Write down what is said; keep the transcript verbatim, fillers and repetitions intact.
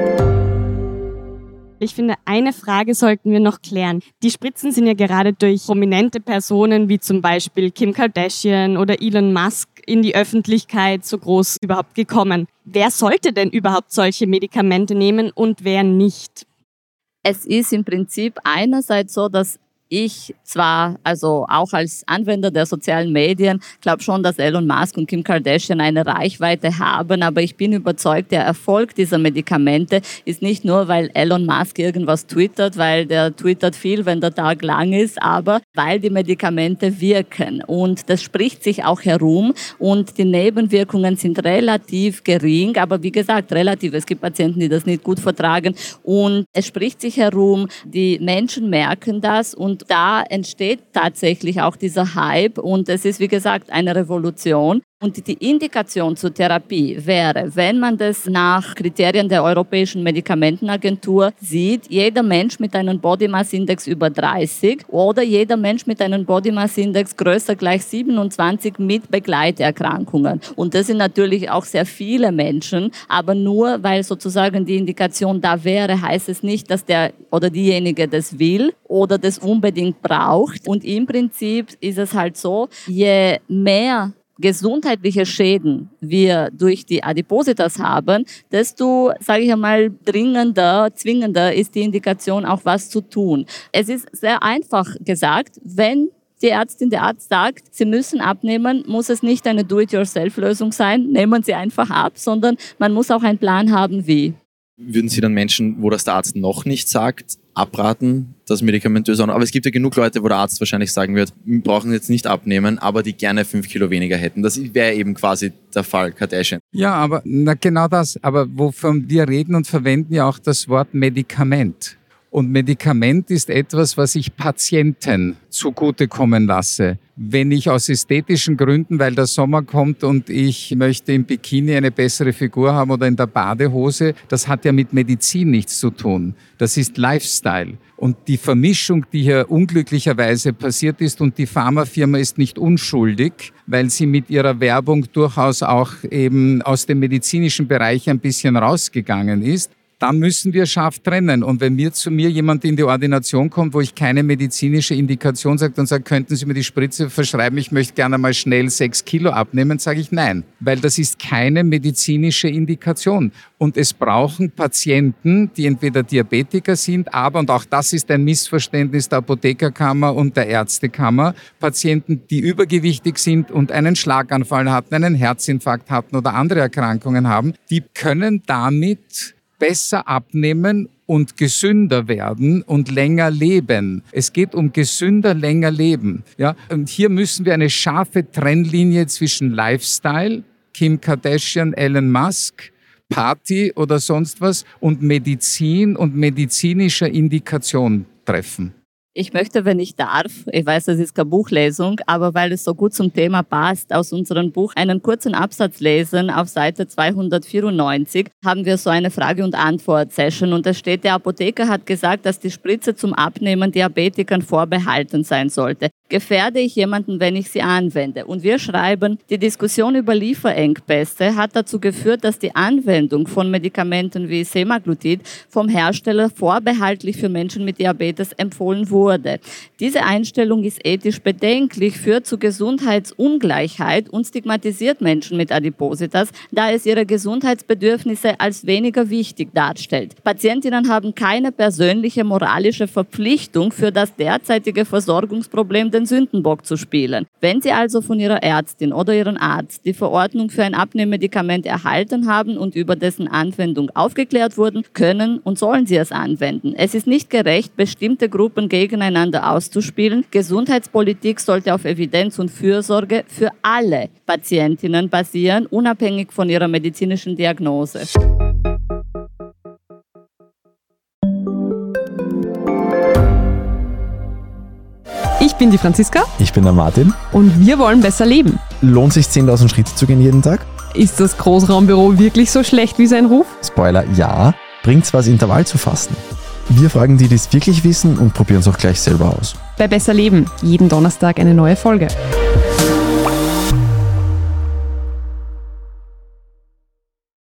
Ich finde, eine Frage sollten wir noch klären. Die Spritzen sind ja gerade durch prominente Personen wie zum Beispiel Kim Kardashian oder Elon Musk in die Öffentlichkeit so groß überhaupt gekommen. Wer sollte denn überhaupt solche Medikamente nehmen und wer nicht? Es ist im Prinzip einerseits so, dass ich zwar, also auch als Anwender der sozialen Medien, glaube schon, dass Elon Musk und Kim Kardashian eine Reichweite haben, aber ich bin überzeugt, der Erfolg dieser Medikamente ist nicht nur, weil Elon Musk irgendwas twittert, weil der twittert viel, wenn der Tag lang ist, aber weil die Medikamente wirken. Und das spricht sich auch herum und die Nebenwirkungen sind relativ gering, aber wie gesagt, relativ. Es gibt Patienten, die das nicht gut vertragen und es spricht sich herum, die Menschen merken das und da entsteht tatsächlich auch dieser Hype und es ist, wie gesagt, eine Revolution. Und die Indikation zur Therapie wäre, wenn man das nach Kriterien der Europäischen Medikamentenagentur sieht, jeder Mensch mit einem Body Mass Index über dreißig oder jeder Mensch mit einem Body Mass Index größer gleich siebenundzwanzig mit Begleiterkrankungen. Und das sind natürlich auch sehr viele Menschen, aber nur weil sozusagen die Indikation da wäre, heißt es nicht, dass der oder diejenige das will oder das unbedingt braucht. Und im Prinzip ist es halt so, je mehr gesundheitliche Schäden wir durch die Adipositas haben, desto, sage ich einmal, dringender, zwingender ist die Indikation, auch was zu tun. Es ist sehr einfach gesagt, wenn die Ärztin, der Arzt sagt, Sie müssen abnehmen, muss es nicht eine Do-it-yourself-Lösung sein, nehmen Sie einfach ab, sondern man muss auch einen Plan haben, wie. Würden Sie dann Menschen, wo das der Arzt noch nicht sagt, abraten, das medikamentös auch noch? Aber es gibt ja genug Leute, wo der Arzt wahrscheinlich sagen wird, wir brauchen jetzt nicht abnehmen, aber die gerne fünf Kilo weniger hätten. Das wäre eben quasi der Fall Kardashian. Ja, aber na, genau das. Aber wovon wir reden und verwenden ja auch das Wort Medikament. Und Medikament ist etwas, was ich Patienten zugutekommen lasse. Wenn ich aus ästhetischen Gründen, weil der Sommer kommt und ich möchte im Bikini eine bessere Figur haben oder in der Badehose, das hat ja mit Medizin nichts zu tun. Das ist Lifestyle. Und die Vermischung, die hier unglücklicherweise passiert ist, und die Pharmafirma ist nicht unschuldig, weil sie mit ihrer Werbung durchaus auch eben aus dem medizinischen Bereich ein bisschen rausgegangen ist, dann müssen wir scharf trennen. Und wenn mir zu mir jemand in die Ordination kommt, wo ich keine medizinische Indikation sage und sagt, könnten Sie mir die Spritze verschreiben, ich möchte gerne mal schnell sechs Kilo abnehmen, sage ich nein. Weil das ist keine medizinische Indikation. Und es brauchen Patienten, die entweder Diabetiker sind, aber, und auch das ist ein Missverständnis der Apothekerkammer und der Ärztekammer, Patienten, die übergewichtig sind und einen Schlaganfall hatten, einen Herzinfarkt hatten oder andere Erkrankungen haben, die können damit besser abnehmen und gesünder werden und länger leben. Es geht um gesünder, länger leben. Ja? Und hier müssen wir eine scharfe Trennlinie zwischen Lifestyle, Kim Kardashian, Elon Musk, Party oder sonst was und Medizin und medizinischer Indikation treffen. Ich möchte, wenn ich darf, ich weiß, das ist keine Buchlesung, aber weil es so gut zum Thema passt, aus unserem Buch einen kurzen Absatz lesen. Auf Seite zweihundertvierundneunzig haben wir so eine Frage- und Antwort-Session und da steht, der Apotheker hat gesagt, dass die Spritze zum Abnehmen Diabetikern vorbehalten sein sollte. Gefährde ich jemanden, wenn ich sie anwende? Und wir schreiben, die Diskussion über Lieferengpässe hat dazu geführt, dass die Anwendung von Medikamenten wie Semaglutid vom Hersteller vorbehaltlich für Menschen mit Diabetes empfohlen wurde. Diese Einstellung ist ethisch bedenklich, führt zu Gesundheitsungleichheit und stigmatisiert Menschen mit Adipositas, da es ihre Gesundheitsbedürfnisse als weniger wichtig darstellt. Patientinnen haben keine persönliche moralische Verpflichtung für das derzeitige Versorgungsproblem den Sündenbock zu spielen. Wenn Sie also von Ihrer Ärztin oder Ihrem Arzt die Verordnung für ein Abnehmmedikament erhalten haben und über dessen Anwendung aufgeklärt wurden, können und sollen Sie es anwenden. Es ist nicht gerecht, bestimmte Gruppen gegeneinander auszuspielen. Gesundheitspolitik sollte auf Evidenz und Fürsorge für alle Patientinnen basieren, unabhängig von ihrer medizinischen Diagnose. Ich bin die Franziska. Ich bin der Martin. Und wir wollen besser leben. Lohnt sich zehntausend Schritte zu gehen jeden Tag? Ist das Großraumbüro wirklich so schlecht wie sein Ruf? Spoiler, ja. Bringt's was, Intervall zu fasten? Wir fragen die, die es wirklich wissen und probieren es auch gleich selber aus. Bei Besser Leben, jeden Donnerstag eine neue Folge.